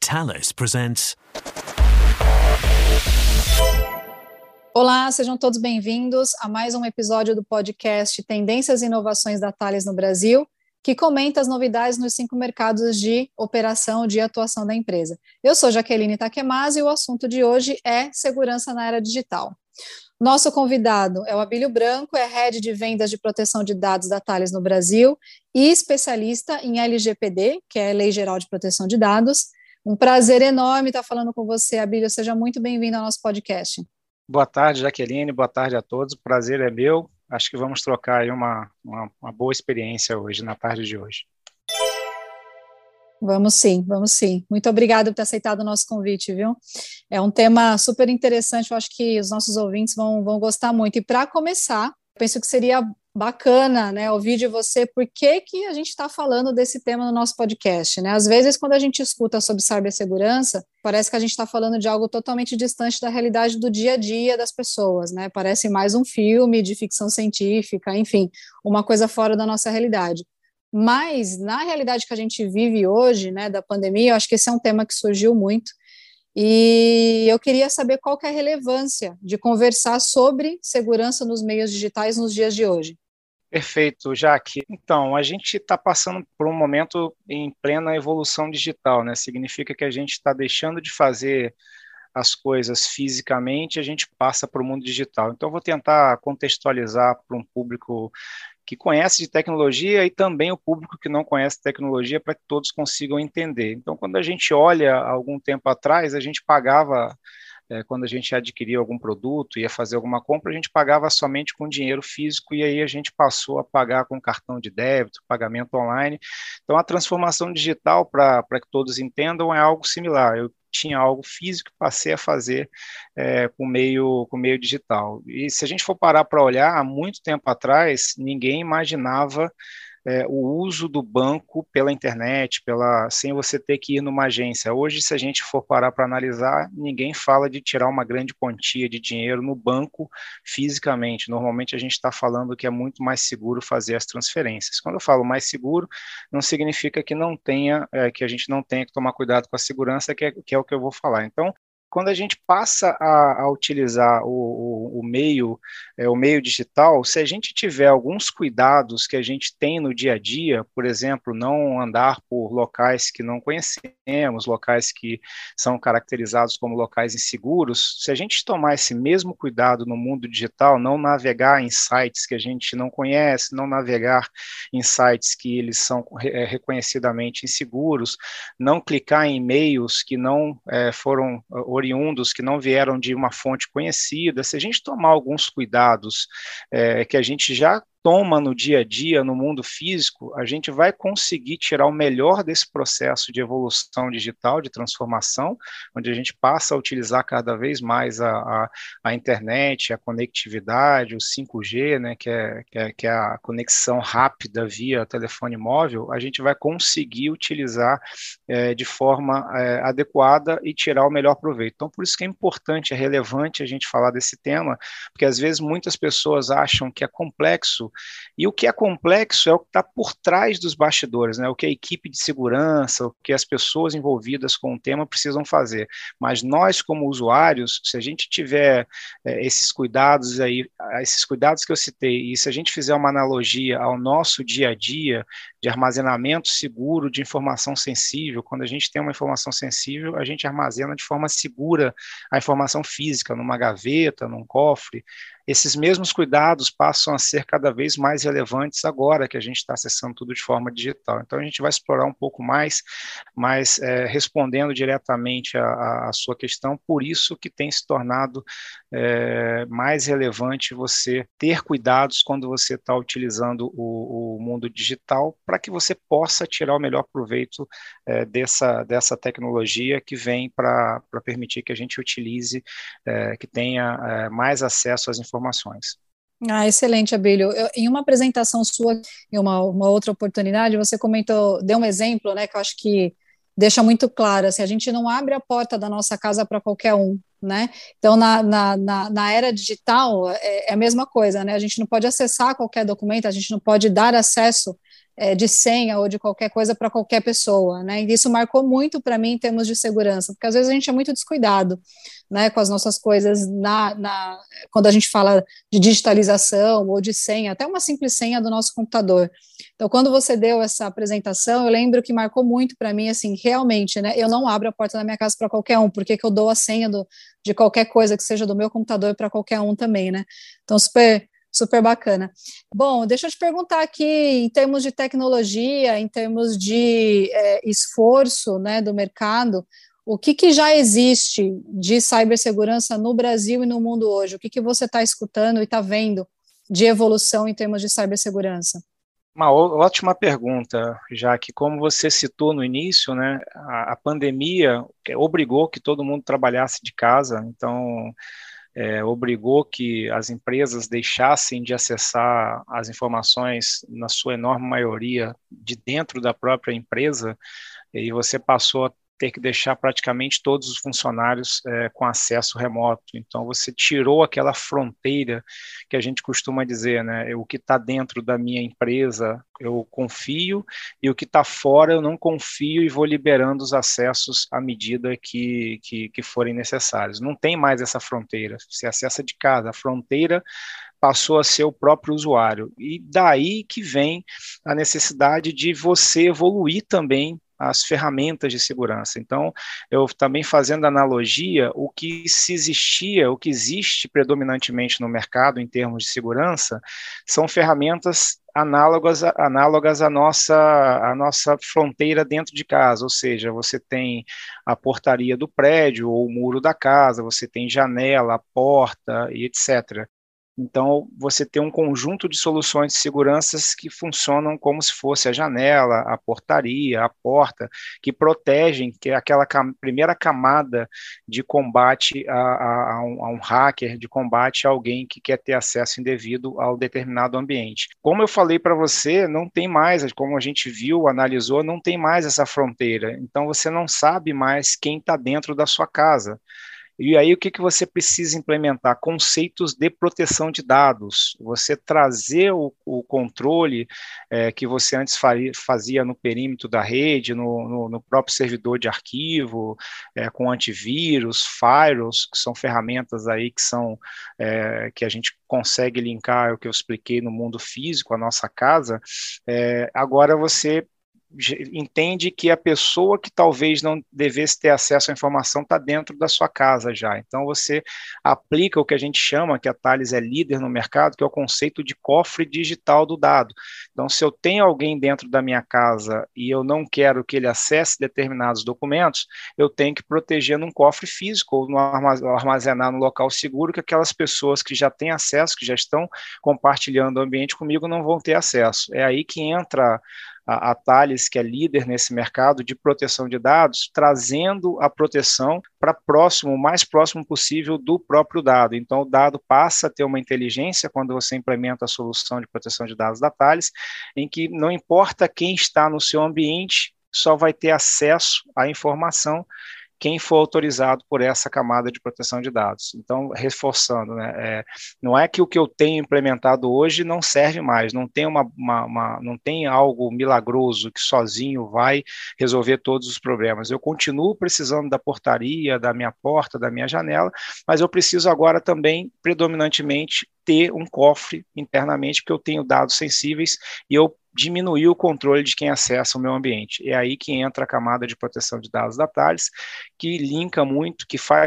Thales presents. Olá, sejam todos bem-vindos a mais um episódio do podcast Tendências e Inovações da Thales no Brasil, que comenta as novidades nos 5 mercados de operação de atuação da empresa. Eu sou Jaqueline Takemazzi e o assunto de hoje é segurança na era digital. Nosso convidado é o Abílio Branco, é Head de Vendas de Proteção de Dados da Thales no Brasil e especialista em LGPD, que é a Lei Geral de Proteção de Dados. Um prazer enorme estar falando com você, Abílio. Seja muito bem-vindo ao nosso podcast. Boa tarde, Jaqueline. Boa tarde a todos. O prazer é meu. Acho que vamos trocar aí uma boa experiência hoje, na tarde de hoje. Vamos sim, vamos sim. Muito obrigada por ter aceitado o nosso convite, viu? É um tema super interessante, eu acho que os nossos ouvintes vão gostar muito. E para começar, penso que seria bacana, né, ouvir de você por que a gente está falando desse tema no nosso podcast, né? Às vezes, quando a gente escuta sobre cibersegurança, parece que a gente está falando de algo totalmente distante da realidade do dia a dia das pessoas, né? Parece mais um filme de ficção científica, enfim, uma coisa fora da nossa realidade. Mas, na realidade que a gente vive hoje, né, da pandemia, eu acho que esse é um tema que surgiu muito, e eu queria saber qual que é a relevância de conversar sobre segurança nos meios digitais nos dias de hoje. Perfeito, Jaque. Então, a gente está passando por um momento em plena evolução digital, né? Significa que a gente está deixando de fazer as coisas fisicamente, a gente passa para o mundo digital. Então, eu vou tentar contextualizar para um público que conhece de tecnologia e também o público que não conhece tecnologia, para que todos consigam entender. Então, quando a gente olha algum tempo atrás, a gente pagava, quando a gente adquiria algum produto, ia fazer alguma compra, a gente pagava somente com dinheiro físico, e aí a gente passou a pagar com cartão de débito, pagamento online. Então, a transformação digital, para que todos entendam, é algo similar. Eu tinha algo físico e passei a fazer com meio digital. E se a gente for parar para olhar, há muito tempo atrás, ninguém imaginava o uso do banco pela internet, sem você ter que ir numa agência. Hoje, se a gente for parar para analisar, ninguém fala de tirar uma grande quantia de dinheiro no banco fisicamente. Normalmente, a gente está falando que é muito mais seguro fazer as transferências. Quando eu falo mais seguro, não significa que que a gente não tenha que tomar cuidado com a segurança, que é o que eu vou falar. Então, quando a gente passa a utilizar o meio digital, se a gente tiver alguns cuidados que a gente tem no dia a dia, por exemplo, não andar por locais que não conhecemos, locais que são caracterizados como locais inseguros, se a gente tomar esse mesmo cuidado no mundo digital, não navegar em sites que a gente não conhece, não navegar em sites que eles são reconhecidamente inseguros, não clicar em e-mails que não foram oriundos, que não vieram de uma fonte conhecida, se a gente tomar alguns cuidados que a gente já toma no dia a dia, no mundo físico, a gente vai conseguir tirar o melhor desse processo de evolução digital, de transformação, onde a gente passa a utilizar cada vez mais a internet, a conectividade, o 5G, né, que é a conexão rápida via telefone móvel, a gente vai conseguir utilizar de forma adequada e tirar o melhor proveito. Então, por isso que é importante, é relevante a gente falar desse tema, porque às vezes muitas pessoas acham que é complexo, e o que é complexo é o que está por trás dos bastidores, né? O que a equipe de segurança, o que as pessoas envolvidas com o tema precisam fazer. Mas nós, como usuários, se a gente tiver esses cuidados que eu citei, e se a gente fizer uma analogia ao nosso dia a dia de armazenamento seguro de informação sensível, quando a gente tem uma informação sensível, a gente armazena de forma segura a informação física, numa gaveta, num cofre. Esses mesmos cuidados passam a ser cada vez mais relevantes agora que a gente está acessando tudo de forma digital. Então, a gente vai explorar um pouco mais, mas respondendo diretamente a sua questão, por isso que tem se tornado mais relevante você ter cuidados quando você está utilizando o mundo digital, para que você possa tirar o melhor proveito dessa tecnologia que vem para permitir que a gente utilize, que tenha mais acesso às informações. Excelente, Abílio. Em uma apresentação sua, em uma outra oportunidade, você deu um exemplo, né, que eu acho que deixa muito claro, assim, a gente não abre a porta da nossa casa para qualquer um, né? Então, na era digital, é a mesma coisa, né? A gente não pode acessar qualquer documento, a gente não pode dar acesso de senha ou de qualquer coisa para qualquer pessoa, né? E isso marcou muito para mim em termos de segurança, porque às vezes a gente é muito descuidado, né, com as nossas coisas quando a gente fala de digitalização ou de senha, até uma simples senha do nosso computador. Então, quando você deu essa apresentação, eu lembro que marcou muito para mim, assim, realmente, né? Eu não abro a porta da minha casa para qualquer um, porque que eu dou a senha de qualquer coisa que seja do meu computador para qualquer um também, né? Então, super bacana. Bom, deixa eu te perguntar aqui, em termos de tecnologia, em termos de esforço, né, do mercado, o que já existe de cibersegurança no Brasil e no mundo hoje? O que você está escutando e está vendo de evolução em termos de cibersegurança? Uma ótima pergunta, já que, como você citou no início, né, a pandemia obrigou que todo mundo trabalhasse de casa, então obrigou que as empresas deixassem de acessar as informações, na sua enorme maioria, de dentro da própria empresa, e você passou a ter que deixar praticamente todos os funcionários com acesso remoto. Então, você tirou aquela fronteira que a gente costuma dizer, né? O que está dentro da minha empresa, eu confio, e o que está fora, eu não confio e vou liberando os acessos à medida que forem necessários. Não tem mais essa fronteira. Você acessa de casa. A fronteira passou a ser o próprio usuário. E daí que vem a necessidade de você evoluir também as ferramentas de segurança. Então, eu também fazendo analogia, o que existe predominantemente no mercado em termos de segurança, são ferramentas análogas à nossa fronteira dentro de casa, ou seja, você tem a portaria do prédio ou o muro da casa, você tem janela, porta e etc. Então, você tem um conjunto de soluções de segurança que funcionam como se fosse a janela, a portaria, a porta, que protegem, que é aquela primeira camada de combate a um hacker, de combate a alguém que quer ter acesso indevido ao determinado ambiente. Como eu falei para você, não tem mais, como a gente viu, analisou, não tem mais essa fronteira. Então, você não sabe mais quem está dentro da sua casa. E aí, o que você precisa implementar? Conceitos de proteção de dados. Você trazer o controle que você antes fazia no perímetro da rede, no próprio servidor de arquivo, com antivírus, firewalls, que são ferramentas aí que a gente consegue linkar o que eu expliquei no mundo físico, a nossa casa. Agora você entende que a pessoa que talvez não devesse ter acesso à informação está dentro da sua casa já. Então, você aplica o que a gente chama, que a Thales é líder no mercado, que é o conceito de cofre digital do dado. Então, se eu tenho alguém dentro da minha casa e eu não quero que ele acesse determinados documentos, eu tenho que proteger num cofre físico ou armazenar no local seguro que aquelas pessoas que já têm acesso, que já estão compartilhando o ambiente comigo, não vão ter acesso. É aí que entra a Thales, que é líder nesse mercado de proteção de dados, trazendo a proteção para o mais próximo possível do próprio dado. Então, o dado passa a ter uma inteligência quando você implementa a solução de proteção de dados da Thales, em que não importa quem está no seu ambiente, só vai ter acesso à informação quem for autorizado por essa camada de proteção de dados. Então, reforçando, né, não é que o que eu tenho implementado hoje não serve mais, não tem, não tem algo milagroso que sozinho vai resolver todos os problemas. Eu continuo precisando da portaria, da minha porta, da minha janela, mas eu preciso agora também, predominantemente, ter um cofre internamente, porque eu tenho dados sensíveis e eu diminuir o controle de quem acessa o meu ambiente. É aí que entra a camada de proteção de dados da Thales, que linka muito,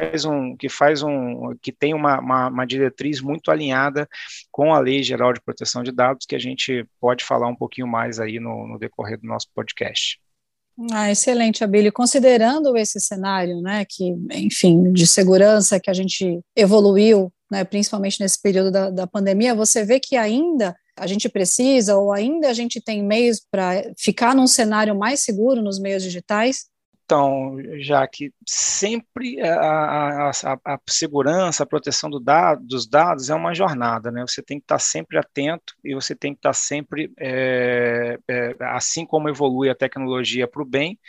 que tem uma diretriz muito alinhada com a Lei Geral de Proteção de Dados, que a gente pode falar um pouquinho mais aí no decorrer do nosso podcast. Excelente, Abílio. Considerando esse cenário, né, que, enfim, de segurança que a gente evoluiu, né, principalmente nesse período da pandemia, você vê que ainda a gente precisa ou ainda a gente tem meios para ficar num cenário mais seguro nos meios digitais? Então, já que sempre a segurança, a proteção dos dados é uma jornada, né? Você tem que estar sempre atento e você tem que estar sempre, assim como evolui a tecnologia para o bem,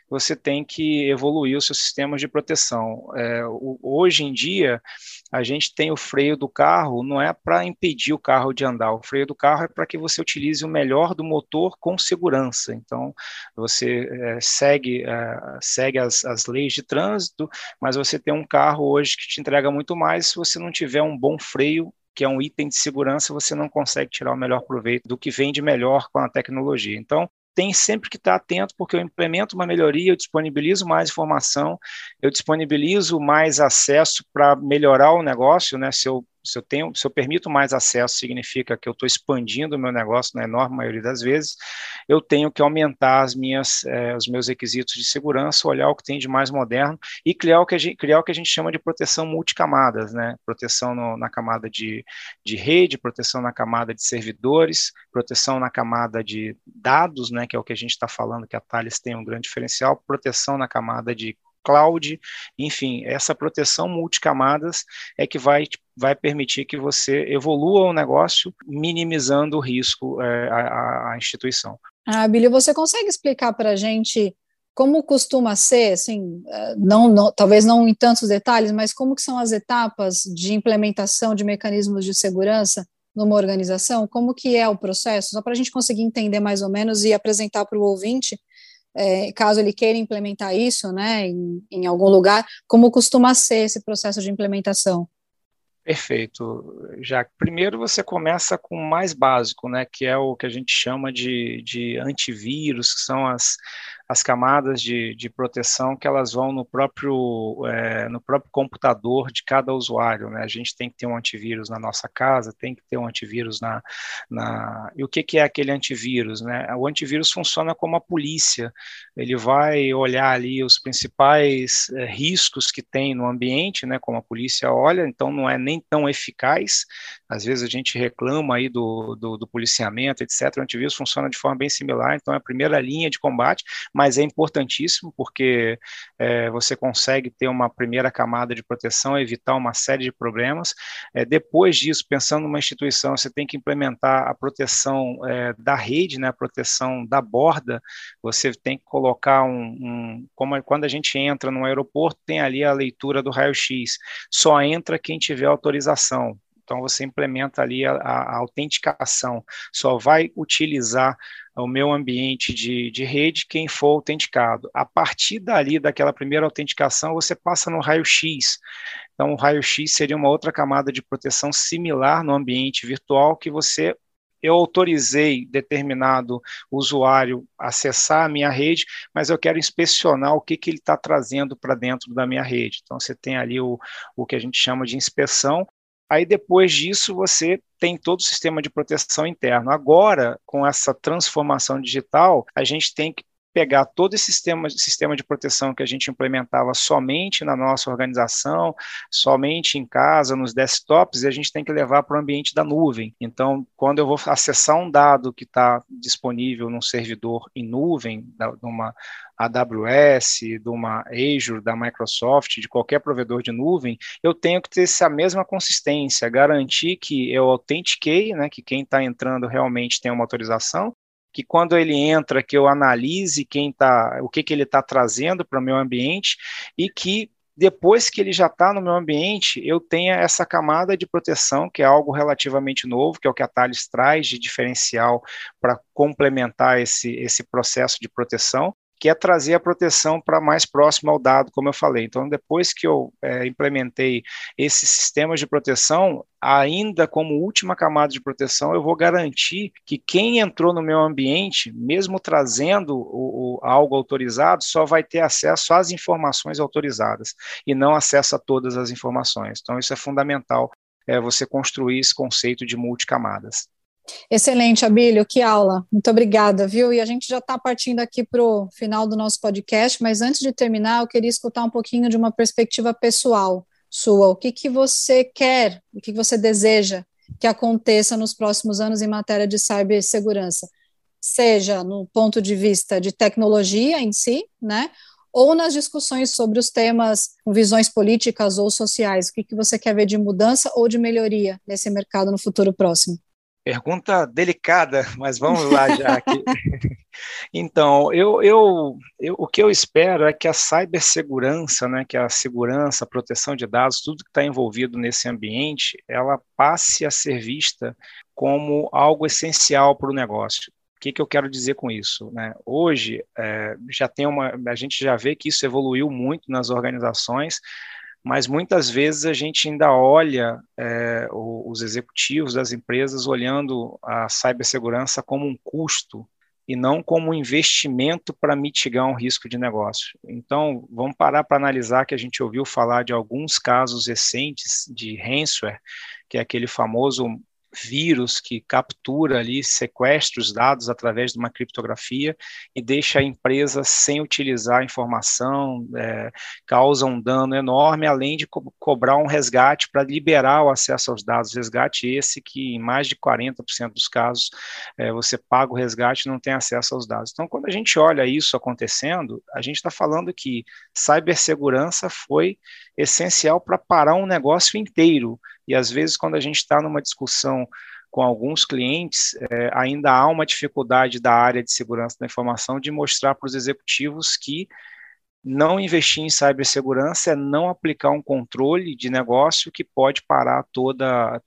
você tem que evoluir os seus sistemas de proteção. Hoje em dia, a gente tem o freio do carro, não é para impedir o carro de andar, o freio do carro é para que você utilize o melhor do motor com segurança. Então, você segue as leis de trânsito, mas você tem um carro hoje que te entrega muito mais se você não tiver um bom freio, que é um item de segurança, você não consegue tirar o melhor proveito do que vem de melhor com a tecnologia. Então, tem sempre que estar atento, porque eu implemento uma melhoria, eu disponibilizo mais informação, eu disponibilizo mais acesso para melhorar o negócio, né? Se eu permito mais acesso, significa que eu estou expandindo o meu negócio na enorme maioria das vezes, eu tenho que aumentar os meus requisitos de segurança, olhar o que tem de mais moderno e criar o que a gente chama de proteção multicamadas, né? Proteção na camada de rede, proteção na camada de servidores, proteção na camada de dados, né? Que é o que a gente está falando, que a Thales tem um grande diferencial, proteção na camada de cloud, enfim, essa proteção multicamadas é que vai permitir que você evolua o negócio, minimizando o risco à instituição. Abílio, você consegue explicar para a gente como costuma ser, assim, talvez não em tantos detalhes, mas como que são as etapas de implementação de mecanismos de segurança numa organização? Como que é o processo? Só para a gente conseguir entender mais ou menos e apresentar para o ouvinte, caso ele queira implementar isso, né, em algum lugar, como costuma ser esse processo de implementação? Perfeito, Jaque. Primeiro você começa com o mais básico, né, que é o que a gente chama de antivírus, que são as camadas de proteção que elas vão no próprio computador de cada usuário, né? A gente tem que ter um antivírus na nossa casa, tem que ter um antivírus E o que é aquele antivírus, né? O antivírus funciona como a polícia, ele vai olhar ali os principais riscos que tem no ambiente, né, como a polícia olha, então não é nem tão eficaz, às vezes a gente reclama aí do policiamento, etc. O antivírus funciona de forma bem similar, então é a primeira linha de combate, mas é importantíssimo porque você consegue ter uma primeira camada de proteção, evitar uma série de problemas. Depois disso, pensando numa instituição, você tem que implementar a proteção da rede, né, a proteção da borda, você tem que colocar como quando a gente entra no aeroporto, tem ali a leitura do raio-x, só entra quem tiver autorização. Então, você implementa ali a autenticação, só vai utilizar o meu ambiente de rede quem for autenticado. A partir dali, daquela primeira autenticação, você passa no raio-x. Então, o raio-x seria uma outra camada de proteção similar no ambiente virtual que eu autorizei determinado usuário acessar a minha rede, mas eu quero inspecionar o que ele está trazendo para dentro da minha rede. Então, você tem ali o que a gente chama de inspeção. Aí, depois disso, você tem todo o sistema de proteção interno. Agora, com essa transformação digital, a gente tem que pegar todo esse sistema de proteção que a gente implementava somente na nossa organização, somente em casa, nos desktops, e a gente tem que levar para o ambiente da nuvem. Então, quando eu vou acessar um dado que está disponível num servidor em nuvem, numa AWS, de uma Azure, da Microsoft, de qualquer provedor de nuvem, eu tenho que ter essa mesma consistência, garantir que eu autentiquei, né, que quem está entrando realmente tem uma autorização, que quando ele entra, que eu analise o que ele está trazendo para o meu ambiente e que depois que ele já está no meu ambiente, eu tenha essa camada de proteção, que é algo relativamente novo, que é o que a Thales traz de diferencial para complementar esse processo de proteção, que é trazer a proteção para mais próximo ao dado, como eu falei. Então, depois que eu implementei esses sistemas de proteção, ainda como última camada de proteção, eu vou garantir que quem entrou no meu ambiente, mesmo trazendo algo autorizado, só vai ter acesso às informações autorizadas e não acesso a todas as informações. Então, isso é fundamental, você construir esse conceito de multicamadas. Excelente, Abílio, que aula. Muito obrigada, viu? E a gente já está partindo aqui para o final do nosso podcast, mas antes de terminar, eu queria escutar um pouquinho de uma perspectiva pessoal sua. O que você quer, o que você deseja que aconteça nos próximos anos em matéria de cibersegurança? Seja no ponto de vista de tecnologia em si, né? Ou nas discussões sobre os temas com visões políticas ou sociais. O que você quer ver de mudança ou de melhoria nesse mercado no futuro próximo? Pergunta delicada, mas vamos lá já aqui. Então, o que eu espero é que a cibersegurança, né, que a segurança, a proteção de dados, tudo que está envolvido nesse ambiente, ela passe a ser vista como algo essencial para o negócio. O que eu quero dizer com isso, né? Hoje, a gente já vê que isso evoluiu muito nas organizações, mas muitas vezes a gente ainda olha os executivos das empresas olhando a cibersegurança como um custo e não como um investimento para mitigar um risco de negócio. Então, vamos parar para analisar que a gente ouviu falar de alguns casos recentes de ransomware, que é aquele famoso vírus que captura ali, sequestra os dados através de uma criptografia e deixa a empresa sem utilizar a informação, causa um dano enorme, além de cobrar um resgate para liberar o acesso aos dados. Resgate esse que em mais de 40% dos casos você paga o resgate e não tem acesso aos dados. Então, quando a gente olha isso acontecendo, a gente está falando que cibersegurança foi essencial para parar um negócio inteiro. E às vezes, quando a gente está numa discussão com alguns clientes, ainda há uma dificuldade da área de segurança da informação de mostrar para os executivos que não investir em cibersegurança é não aplicar um controle de negócio que pode parar toda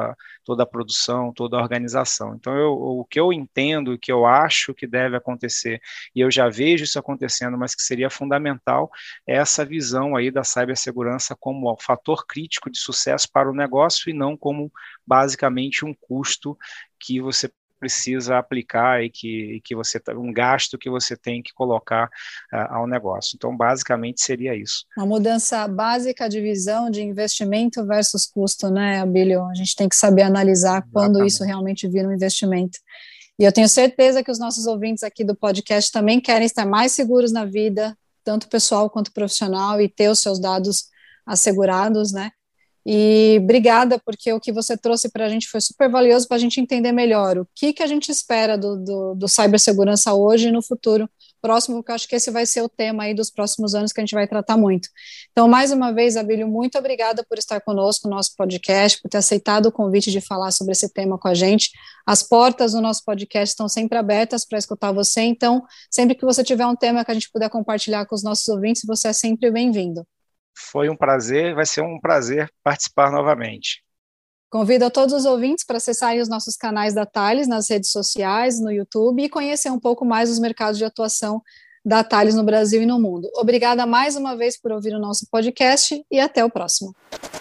a produção, toda a organização. Então, o que eu entendo, o que eu acho que deve acontecer, e eu já vejo isso acontecendo, mas que seria fundamental, é essa visão aí da cibersegurança como um fator crítico de sucesso para o negócio e não como basicamente um custo que você precisa aplicar e que você um gasto que você tem que colocar ao negócio. Então, basicamente seria isso. Uma mudança básica de visão de investimento versus custo, né, Abílio? A gente tem que saber analisar quando isso realmente vira um investimento. E eu tenho certeza que os nossos ouvintes aqui do podcast também querem estar mais seguros na vida, tanto pessoal quanto profissional, e ter os seus dados assegurados, né? E obrigada, porque o que você trouxe para a gente foi super valioso para a gente entender melhor o que a gente espera do cibersegurança hoje e no futuro próximo, porque eu acho que esse vai ser o tema aí dos próximos anos que a gente vai tratar muito. Então, mais uma vez, Abílio, muito obrigada por estar conosco no nosso podcast, por ter aceitado o convite de falar sobre esse tema com a gente. As portas do nosso podcast estão sempre abertas para escutar você, então, sempre que você tiver um tema que a gente puder compartilhar com os nossos ouvintes, você é sempre bem-vindo. Foi um prazer, vai ser um prazer participar novamente. Convido a todos os ouvintes para acessarem os nossos canais da Thales nas redes sociais, no YouTube, e conhecer um pouco mais os mercados de atuação da Thales no Brasil e no mundo. Obrigada mais uma vez por ouvir o nosso podcast e até o próximo.